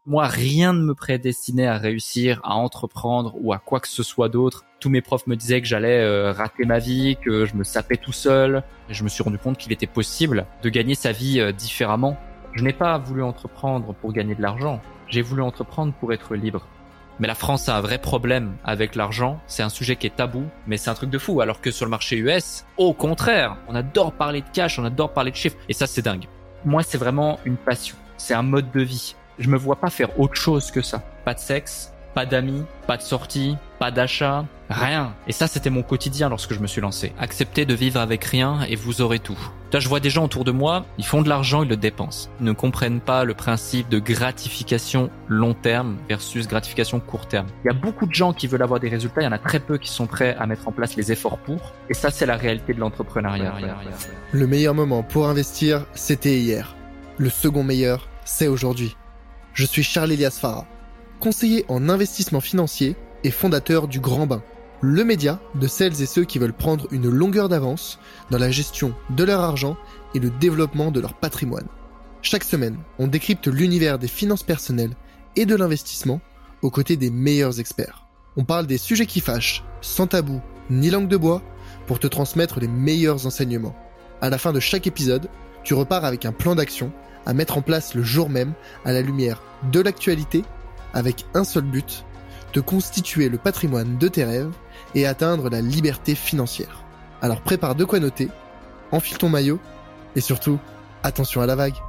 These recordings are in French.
Moi, rien ne me prédestinait à réussir, à entreprendre ou à quoi que ce soit d'autre. Tous mes profs me disaient que j'allais rater ma vie, que je me sapais tout seul. Et je me suis rendu compte qu'il était possible de gagner sa vie différemment. Je n'ai pas voulu entreprendre pour gagner de l'argent. J'ai voulu entreprendre pour être libre. Mais la France a un vrai problème avec l'argent. C'est un sujet qui est tabou, mais c'est un truc de fou. Alors que sur le marché US, au contraire, on adore parler de cash, on adore parler de chiffres. Et ça, c'est dingue. Moi, c'est vraiment une passion. C'est un mode de vie. Je me vois pas faire autre chose que ça. Pas de sexe, pas d'amis, pas de sorties, pas d'achat, rien. Et ça, c'était mon quotidien lorsque je me suis lancé. Acceptez de vivre avec rien et vous aurez tout. Là, je vois des gens autour de moi, ils font de l'argent, ils le dépensent. Ils ne comprennent pas le principe de gratification long terme versus gratification court terme. Il y a beaucoup de gens qui veulent avoir des résultats, il y en a très peu qui sont prêts à mettre en place les efforts pour. Et ça, c'est la réalité de l'entrepreneuriat. Le meilleur moment pour investir, c'était hier. Le second meilleur, c'est aujourd'hui. Je suis Charles-Elias Farah, conseiller en investissement financier et fondateur du Grand Bain, le média de celles et ceux qui veulent prendre une longueur d'avance dans la gestion de leur argent et le développement de leur patrimoine. Chaque semaine, on décrypte l'univers des finances personnelles et de l'investissement aux côtés des meilleurs experts. On parle des sujets qui fâchent, sans tabou ni langue de bois, pour te transmettre les meilleurs enseignements. À la fin de chaque épisode, tu repars avec un plan d'action à mettre en place le jour même à la lumière de l'actualité avec un seul but, te constituer le patrimoine de tes rêves et atteindre la liberté financière. Alors prépare de quoi noter, enfile ton maillot et surtout, attention à la vague.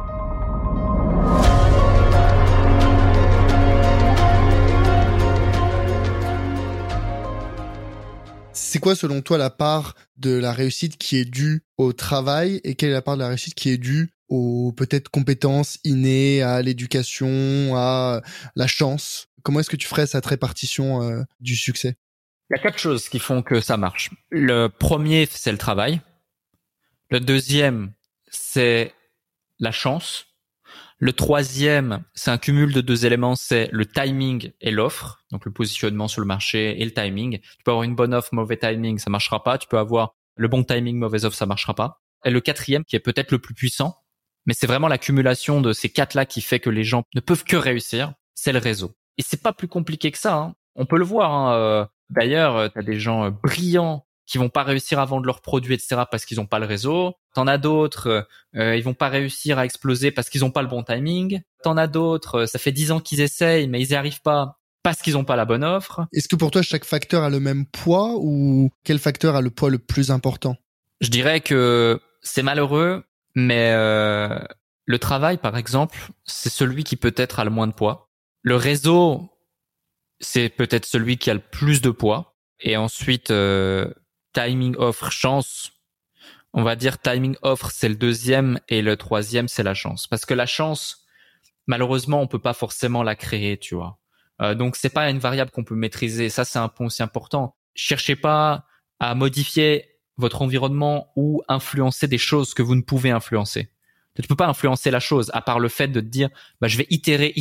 C'est quoi selon toi la part de la réussite qui est due au travail et quelle est la part de la réussite qui est due aux peut-être compétences innées, à l'éducation, à la chance? Comment est-ce que tu ferais cette répartition du succès? Il y a 4 choses qui font que ça marche. Le premier, c'est le travail. Le deuxième, c'est la chance. Le troisième, c'est un cumul de 2 éléments, c'est le timing et l'offre, donc le positionnement sur le marché et le timing. Tu peux avoir une bonne offre, mauvais timing, ça marchera pas. Tu peux avoir le bon timing, mauvaise offre, ça marchera pas. Et le quatrième, qui est peut-être le plus puissant, mais c'est vraiment l'accumulation de ces 4-là qui fait que les gens ne peuvent que réussir, c'est le réseau. Et c'est pas plus compliqué que ça, hein. On peut le voir, hein. D'ailleurs, t'as des gens brillants qui vont pas réussir à vendre leurs produits, etc. parce qu'ils ont pas le réseau. T'en as d'autres, ils vont pas réussir à exploser parce qu'ils ont pas le bon timing. T'en as d'autres, ça fait 10 ans qu'ils essayent, mais ils y arrivent pas parce qu'ils ont pas la bonne offre. Est-ce que pour toi, chaque facteur a le même poids ou quel facteur a le poids le plus important? Je dirais que c'est malheureux, mais le travail, par exemple, c'est celui qui peut-être a le moins de poids. Le réseau, c'est peut-être celui qui a le plus de poids. Et ensuite, timing, offre, chance. On va dire timing, offre, c'est le deuxième et le troisième, c'est la chance. Parce que la chance, malheureusement, on peut pas forcément la créer, tu vois. Donc, c'est pas une variable qu'on peut maîtriser. Ça, c'est un point aussi important. Cherchez pas à modifier votre environnement ou influencer des choses que vous ne pouvez influencer. Tu peux pas influencer la chose à part le fait de te dire je vais itérer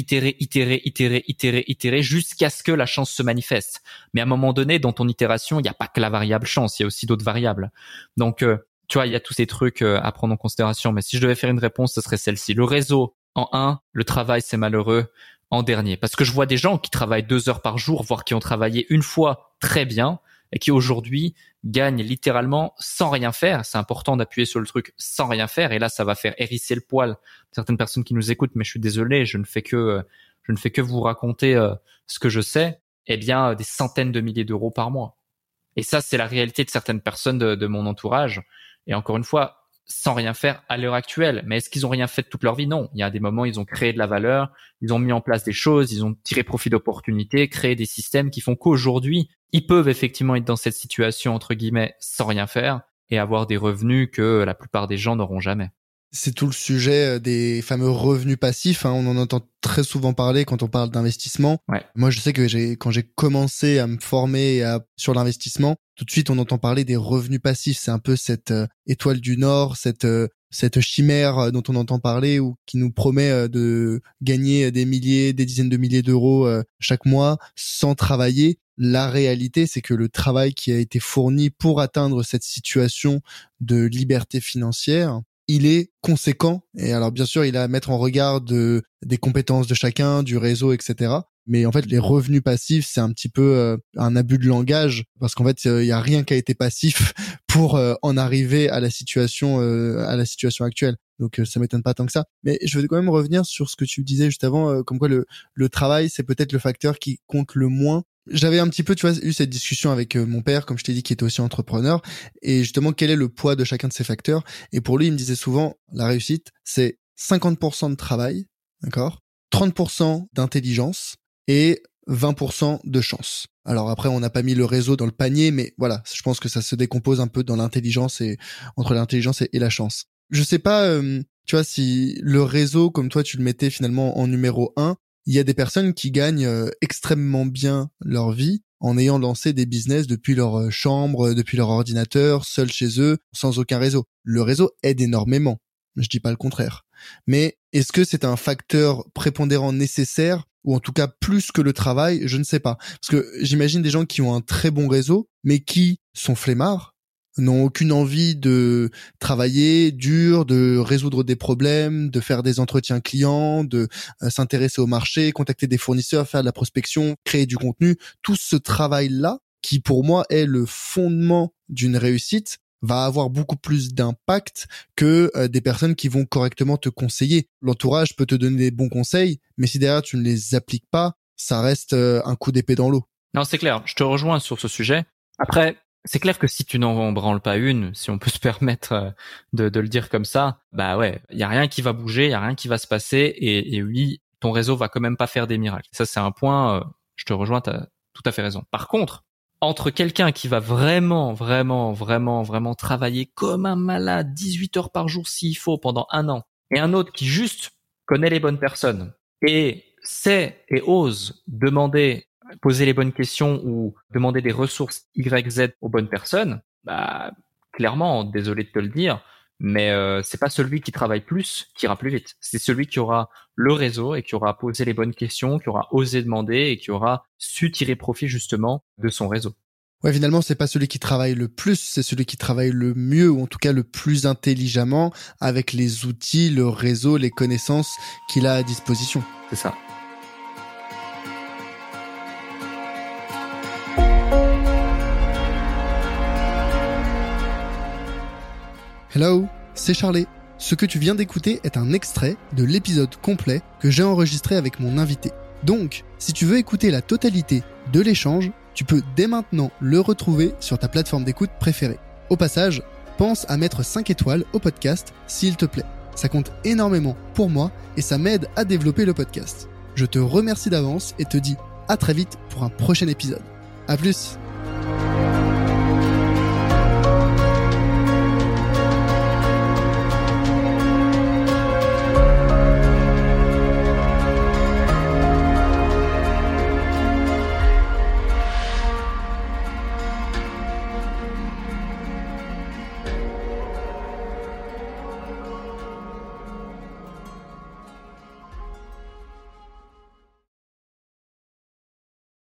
jusqu'à ce que la chance se manifeste. Mais à un moment donné, dans ton itération, il n'y a pas que la variable chance, il y a aussi d'autres variables. Donc tu vois, il y a tous ces trucs à prendre en considération. Mais si je devais faire une réponse, ce serait celle-ci. Le réseau en 1, le travail c'est malheureux en dernier. Parce que je vois des gens qui travaillent 2 heures par jour, voire qui ont travaillé une fois très bien et qui aujourd'hui gagnent littéralement sans rien faire. C'est important d'appuyer sur le truc sans rien faire. Et là, ça va faire hérisser le poil certaines personnes qui nous écoutent. Mais je suis désolé, je ne fais que vous raconter ce que je sais. Eh bien, des centaines de milliers d'euros par mois. Et ça, c'est la réalité de certaines personnes de mon entourage. Et encore une fois, sans rien faire à l'heure actuelle. Mais est-ce qu'ils ont rien fait de toute leur vie? Non. Il y a des moments, ils ont créé de la valeur, ils ont mis en place des choses, ils ont tiré profit d'opportunités, créé des systèmes qui font qu'aujourd'hui, ils peuvent effectivement être dans cette situation, entre guillemets, sans rien faire et avoir des revenus que la plupart des gens n'auront jamais. C'est tout le sujet des fameux revenus passifs, hein. On en entend très souvent parler quand on parle d'investissement. Ouais. Moi, je sais que quand j'ai commencé à me former sur l'investissement, tout de suite, on entend parler des revenus passifs. C'est un peu cette étoile du Nord, cette chimère dont on entend parler ou qui nous promet de gagner des milliers, des dizaines de milliers d'euros chaque mois sans travailler. La réalité, c'est que le travail qui a été fourni pour atteindre cette situation de liberté financière, il est conséquent. Et alors, bien sûr, il a à mettre en regard des compétences de chacun, du réseau, etc. Mais en fait, les revenus passifs, c'est un petit peu un abus de langage parce qu'en fait, il y a rien qui a été passif pour en arriver à la situation actuelle. Donc, ça m'étonne pas tant que ça. Mais je veux quand même revenir sur ce que tu disais juste avant, comme quoi le travail, c'est peut-être le facteur qui compte le moins. J'avais un petit peu, tu vois, eu cette discussion avec mon père, comme je t'ai dit, qui était aussi entrepreneur, et justement, quel est le poids de chacun de ces facteurs. Et pour lui, il me disait souvent, la réussite, c'est 50% de travail, d'accord, 30% d'intelligence et 20% de chance. Alors après, on n'a pas mis le réseau dans le panier, mais voilà, je pense que ça se décompose un peu dans l'intelligence et entre l'intelligence et la chance. Je sais pas, tu vois, si le réseau, comme toi, tu le mettais finalement en numéro 1, il y a des personnes qui gagnent extrêmement bien leur vie en ayant lancé des business depuis leur chambre, depuis leur ordinateur, seuls chez eux, sans aucun réseau. Le réseau aide énormément. Je dis pas le contraire. Mais est-ce que c'est un facteur prépondérant nécessaire ou en tout cas plus que le travail? Je ne sais pas. Parce que j'imagine des gens qui ont un très bon réseau, mais qui sont flemmards, n'ont aucune envie de travailler dur, de résoudre des problèmes, de faire des entretiens clients, de s'intéresser au marché, contacter des fournisseurs, faire de la prospection, créer du contenu. Tout ce travail-là, qui pour moi est le fondement d'une réussite, va avoir beaucoup plus d'impact que des personnes qui vont correctement te conseiller. L'entourage peut te donner des bons conseils, mais si derrière tu ne les appliques pas, ça reste un coup d'épée dans l'eau. Non, c'est clair. Je te rejoins sur ce sujet. Après, c'est clair que si tu n'en branles pas une, si on peut se permettre de le dire comme ça, bah ouais, il y a rien qui va bouger, il y a rien qui va se passer et oui, ton réseau va quand même pas faire des miracles. Ça, c'est un point, je te rejoins, t'as tout à fait raison. Par contre, entre quelqu'un qui va vraiment travailler comme un malade, 18 heures par jour s'il faut pendant 1 an, et un autre qui juste connaît les bonnes personnes et sait et ose poser les bonnes questions ou demander des ressources YZ aux bonnes personnes, bah clairement, désolé de te le dire, mais c'est pas celui qui travaille plus qui ira plus vite. C'est celui qui aura le réseau et qui aura posé les bonnes questions, qui aura osé demander et qui aura su tirer profit justement de son réseau. Ouais, finalement, c'est pas celui qui travaille le plus, c'est celui qui travaille le mieux ou en tout cas le plus intelligemment avec les outils, le réseau, les connaissances qu'il a à disposition. C'est ça. Hello, c'est Charlie. Ce que tu viens d'écouter est un extrait de l'épisode complet que j'ai enregistré avec mon invité. Donc, si tu veux écouter la totalité de l'échange, tu peux dès maintenant le retrouver sur ta plateforme d'écoute préférée. Au passage, pense à mettre 5 étoiles au podcast s'il te plaît. Ça compte énormément pour moi et ça m'aide à développer le podcast. Je te remercie d'avance et te dis à très vite pour un prochain épisode. À plus!